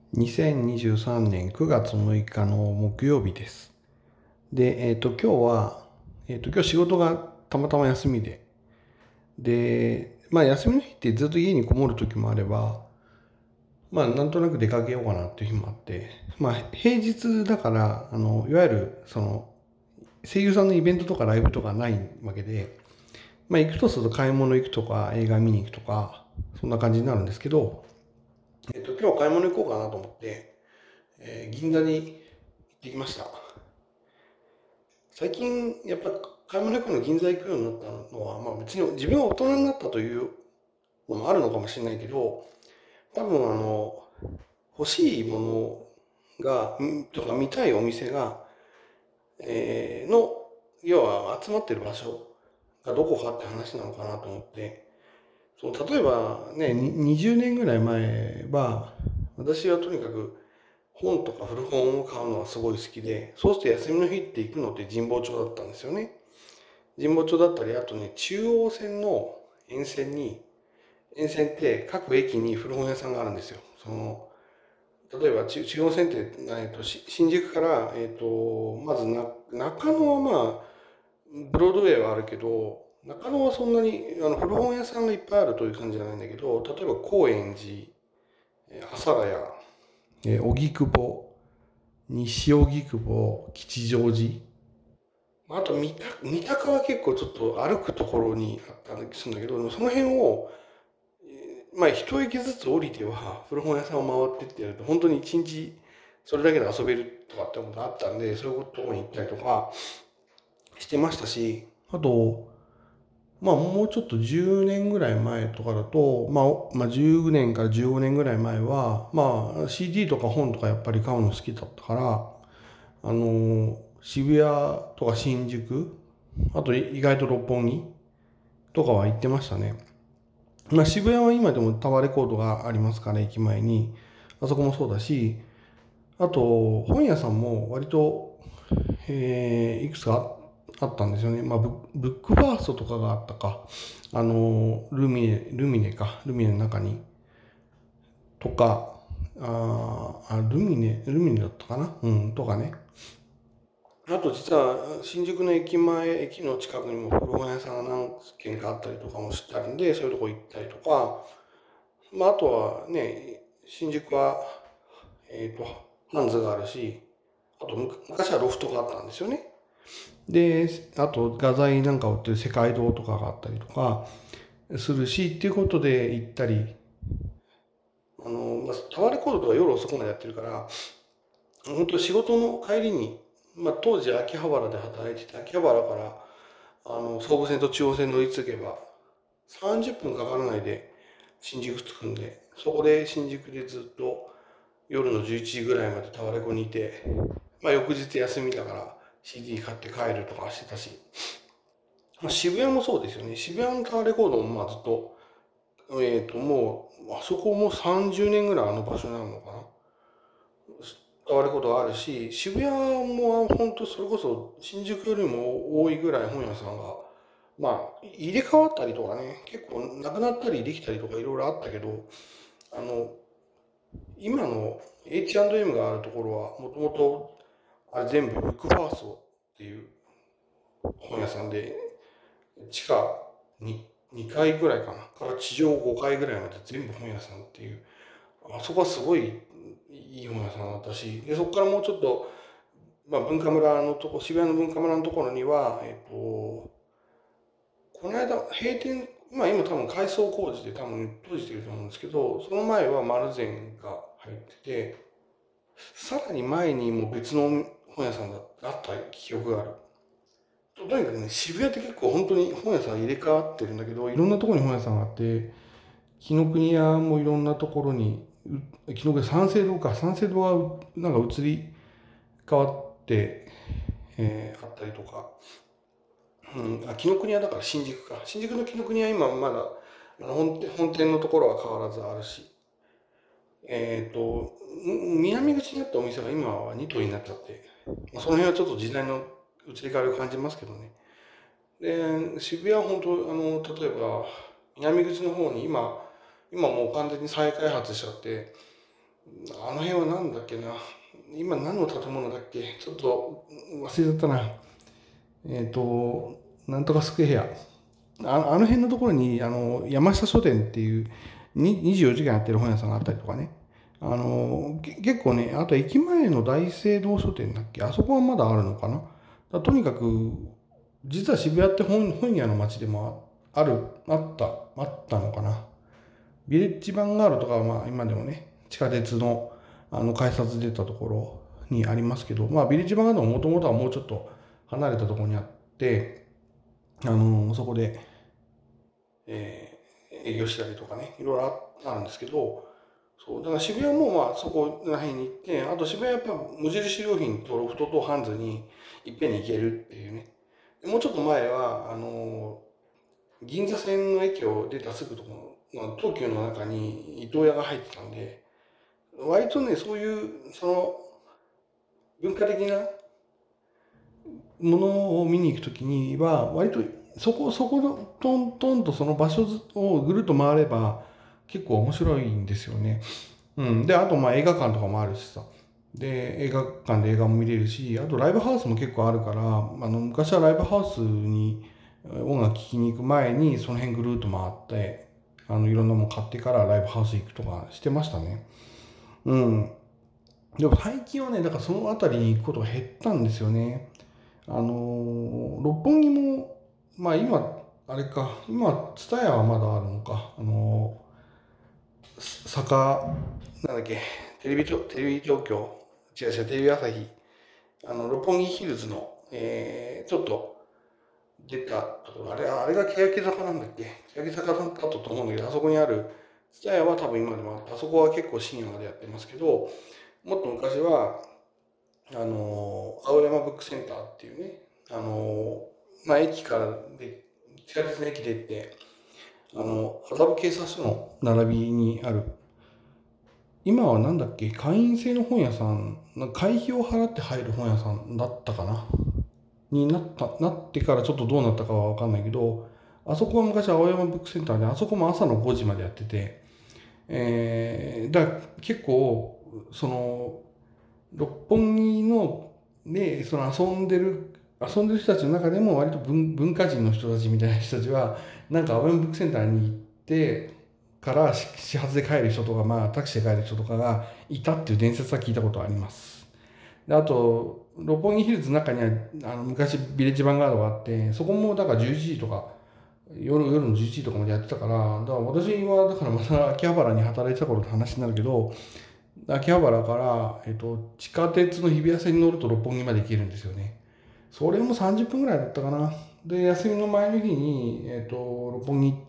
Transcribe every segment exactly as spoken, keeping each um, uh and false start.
にせんにじゅうさんねんくがつむいかの木曜日です。で、えっ、と、今日は、えっ、と、今日仕事がたまたま休みで、で、まあ休みの日ってずっと家にこもる時もあれば、まあなんとなく出かけようかなっていう日もあって、まあ平日だから、あの、いわゆる、その、声優さんのイベントとかライブとかないわけで、まあ行くとすると買い物行くとか映画見に行くとか、そんな感じになるんですけど、えっ、と、今日買い物行こうかなと思って、えー銀座に行ってきました。最近、やっぱ買い物行くの銀座行くようになったのは、まあ別に自分が大人になったというのもあるのかもしれないけど、多分あの、欲しいものが、んとか見たいお店が、えーの、要は集まってる場所がどこかって話なのかなと思って、その例えばね、ににじゅうねんぐらい前は、私はとにかく本とか古本を買うのがすごい好きで、そうすると休みの日って行くのって神保町だったんですよね。神保町だったり、あとね、中央線の沿線に、沿線って各駅に古本屋さんがあるんですよ。その、例えば中中央線って、えっと、し新宿から、えっと、まずな中野はまあ、ブロードウェイはあるけど、中野はそんなにあの古本屋さんがいっぱいあるという感じじゃないんだけど、例えば高円寺、え阿佐ヶ谷、え荻窪、西荻窪、吉祥寺、あと三鷹、三鷹は結構ちょっと歩くところにあったりするんだけど、その辺を、まあ一駅ずつ降りては古本屋さんを回ってってやると、本当に一日それだけで遊べるとかってことがあったんで、そういうところに行ったりとかしてましたし、あと、まあもうちょっとじゅうねんぐらい前とかだと、まあ、まあじゅうねんからじゅうごねんぐらい前は、まあ シーディー とか本とかやっぱり買うの好きだったから、あの、渋谷とか新宿、あと意外と六本木とかは行ってましたね。まあ、渋谷は今でもタワーレコードがありますから、駅前に。あそこもそうだし、あと、本屋さんも割と、えーいくつかあったんですよね。まあ、ブブックファーストとかがあったか。あの、ルミネ、ルミネか。ルミネの中に。とか、あーあ、ルミネ、ルミネだったかなうん、とかね。あと実は新宿の駅前、駅の近くにも古本屋さんが何軒かあったりとかもしてあるんで、そういうとこ行ったりとか、まああとはね、新宿は、えっと、ハンズがあるし、あと昔はロフトがあったんですよね。で、あと画材なんか売ってる世界堂とかがあったりとかするし、っていうことで行ったり、あの、まあ、タワーレコードとか夜遅くまでやってるから、本当仕事の帰りに、まあ当時秋葉原で働いてて、秋葉原からあの、総武線と中央線乗り継げば、さんじゅっぷんかからないで新宿着くんで、そこで新宿でずっと夜のじゅういちじぐらいまでタワレコにいて、まあ翌日休みだから シーディー 買って帰るとかしてたし、まあ、渋谷もそうですよね。渋谷のタワーレコードもまあずっと、えっともう、あそこもさんじゅうねんぐらいあの場所になるのかな。タワレコードがあるし、渋谷も本当それこそ新宿よりも多いぐらい本屋さんが、まあ入れ替わったりとかね、結構なくなったりできたりとかいろいろあったけど、あの、今の エイチアンドエム があるところはもともとあれ全部ブックファーストっていう本屋さんで、地下ににかいぐらいかな、から地上ごかいぐらいまで全部本屋さんっていう、あそこはすごいいい本屋さんだったし、で、そこからもうちょっとまあ、文化村のとこ、渋谷の文化村のところには、えっと、この間、閉店、まあ今多分改装工事で多分閉じてると思うんですけど、その前は丸善が入ってて、さらに前にも別の本屋さんがあった記憶がある。とにかくね、渋谷って結構本当に本屋さん入れ替わってるんだけど、いろんなところに本屋さんがあって、紀ノ国屋もいろんなところに、紀ノ国屋三省堂か、三省堂がなんか移り変わって、えーあったりとか、うん、あ、紀ノ国屋だから新宿か。新宿の紀ノ国屋今まだあの本店本店のところは変わらずあるし、えっと、南口にあったお店が今はにとうになっちゃって、まあ、その辺はちょっと時代の移り変わりを感じますけどね。で、渋谷は本当、あの、例えば南口の方に今、今もう完全に再開発しちゃって、 あの辺はなんだっけな。今何の建物だっけ、ちょっと忘れちゃったな。えっ、と、なんとかスクエア。ああの辺のところに、あの、山下書店っていうににじゅうよじかんやってる本屋さんがあったりとかね。あの、け結構ね、あと駅前の大聖堂書店だっけ、あそこはまだあるのかな。だとにかく、実は渋谷って本本屋の街でもある、あった、あったのかな。ビレッジヴァンガードとかはまあ今でもね、地下鉄のあの改札出たところにありますけど、まあビレッジヴァンガードももともとはもうちょっと離れたところにあって、あのそこで、えー営業したりとかね、いろいろあるんですけど、そう、だから渋谷もまあそこら辺に行って、あと渋谷はやっぱ無印良品とロフトとハンズにいっぺんに行けるっていうね。もうちょっと前は、あの銀座線の駅を出たすぐところの、東急の中に伊東屋が入ってたんで、割とね、そういう、その、文化的なものを見に行くときには、割と、そこ、そこの、トントンとその場所をぐるっと回れば、結構面白いんですよね。うん。で、あと、まあ映画館とかもあるしさ。で、映画館で映画も見れるし、あとライブハウスも結構あるから、あの、昔はライブハウスに音楽聴きに行く前に、その辺ぐるっと回って、あの、いろんなもの買ってからライブハウス行くとかしてましたね。うん。でも最近はね、だからその辺りに行くことが減ったんですよね。あのー六本木も、まあ今、あれか、今、ツタヤはまだあるのか。あのー坂、なんだっけ、テレビと、テレビ東京、違う違う、テレビ朝日、あの、六本木ヒルズの、えー、ちょっと出たところ、あれ、あれが欅坂なんだっけ、欅坂だったと思うんだけど、あそこにある、ツタヤは多分今でもあって、あそこは結構深夜までやってますけど、もっと昔は、あの、青山ブックセンターっていうね、あの、まあ、駅からで、地下鉄の駅出て、あの、麻布警察署の並びにある、今はなんだっけ、会員制の本屋さん、なんか会費を払って入る本屋さんだったかなになった、なってからちょっとどうなったかはわかんないけど、あそこは昔青山ブックセンターで、あそこも朝のごじまでやってて、えー、だから結構、その、六本木の、で、その遊んでる、遊んでる人たちの中でも割と文文化人の人たちみたいな人たちは、なんかアベマブックセンターに行ってからし始発で帰る人とか、まあタクシーで帰る人とかがいたっていう伝説は聞いたことあります。で、あと、六本木ヒルズの中には、あの、昔ビレッジヴァンガードがあって、そこもだからじゅういちじとか、夜、夜のじゅういちじとかまでやってたから、だから私は、だからまた秋葉原に働いてた頃の話になるけど、秋葉原から、えっと、地下鉄の日比谷線に乗ると六本木まで行けるんですよね。それもさんじゅっぷんぐらいだったかな。で、休みの前の日に、えっと、六本木行って、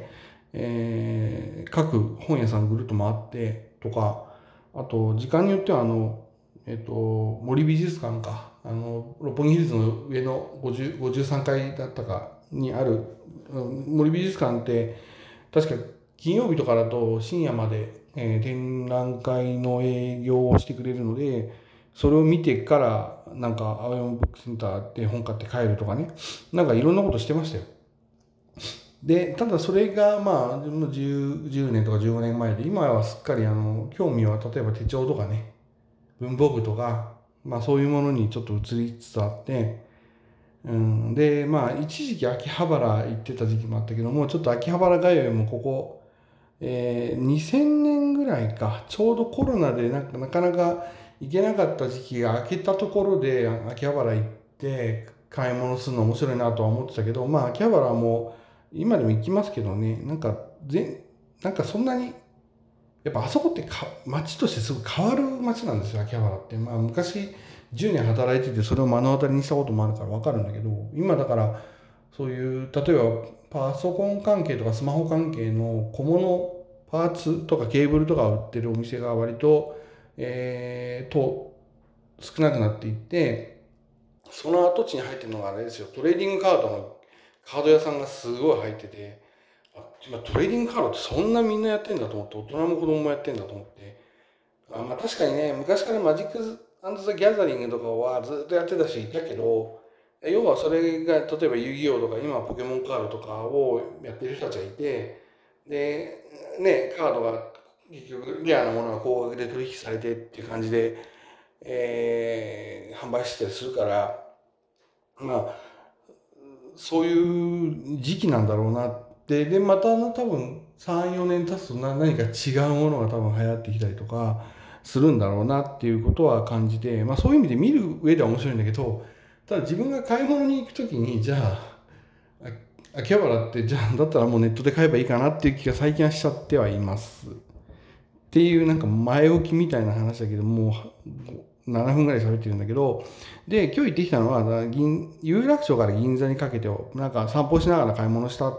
えー各本屋さんぐるっと回ってとか、あと、時間によっては、あの、えっと、森美術館か、あの、六本木ヒルズの上のごじゅう、ごじゅうさんかいだったかにある、うん森美術館って、確か金曜日とかだと深夜まで、えー展覧会の営業をしてくれるので、それを見てから、なんか、青山ブックセンターで本買って帰るとかね、なんかいろんなことしてましたよ。で、ただそれが、まあ、もうじゅう、じゅうねんとかじゅうごねんまえで、今はすっかり、あの、興味は、例えば手帳とかね、文房具とか、まあそういうものにちょっと移りつつあって、うん、で、まあ一時期秋葉原行ってた時期もあったけども、ちょっと秋葉原通いもここ、えー、にせんねんぐらいか、ちょうどコロナでなんかなかなか行けなかった時期が明けたところで秋葉原行って買い物するの面白いなとは思ってたけど、まあ秋葉原はもう今でも行きますけどね、なんかぜなんかそんなに、やっぱあそこってか街としてすごく変わる街なんですよ、秋葉原って。まあ昔じゅうねん働いててそれを目の当たりにしたこともあるからわかるんだけど、今だからそういう、例えばパソコン関係とかスマホ関係の小物、パーツとかケーブルとか売ってるお店が割と、えー、と、少なくなっていって、その跡地に入ってるのがあれですよ、トレーディングカードのカード屋さんがすごい入ってて、あ今トレーディングカードってそんなみんなやってんだと思って、大人も子供もやってんだと思って、あ、まあ確かにね、昔からマジックザ・ギャザリングとかはずっとやってたし、いたけど、要はそれが、例えば遊戯王とか、今はポケモンカードとかをやってる人たちがいて、で、ね、カードが結局レアなものが高額で取引されてっていう感じで、えー販売してたりするから、まあ、そういう時期なんだろうなって、で、また多分さん、よねん経つとな何か違うものが多分流行ってきたりとかするんだろうなっていうことは感じて、まあそういう意味で見る上では面白いんだけど、ただ自分が買い物に行くときに、じゃあ、あ秋葉原って、じゃあ、だったらもうネットで買えばいいかなっていう気が最近はしちゃってはいます。っていうなんか前置きみたいな話だけど、もうななふんぐらい喋ってるんだけど、で、今日行ってきたのは、銀有楽町から銀座にかけてをなんか散歩しながら買い物した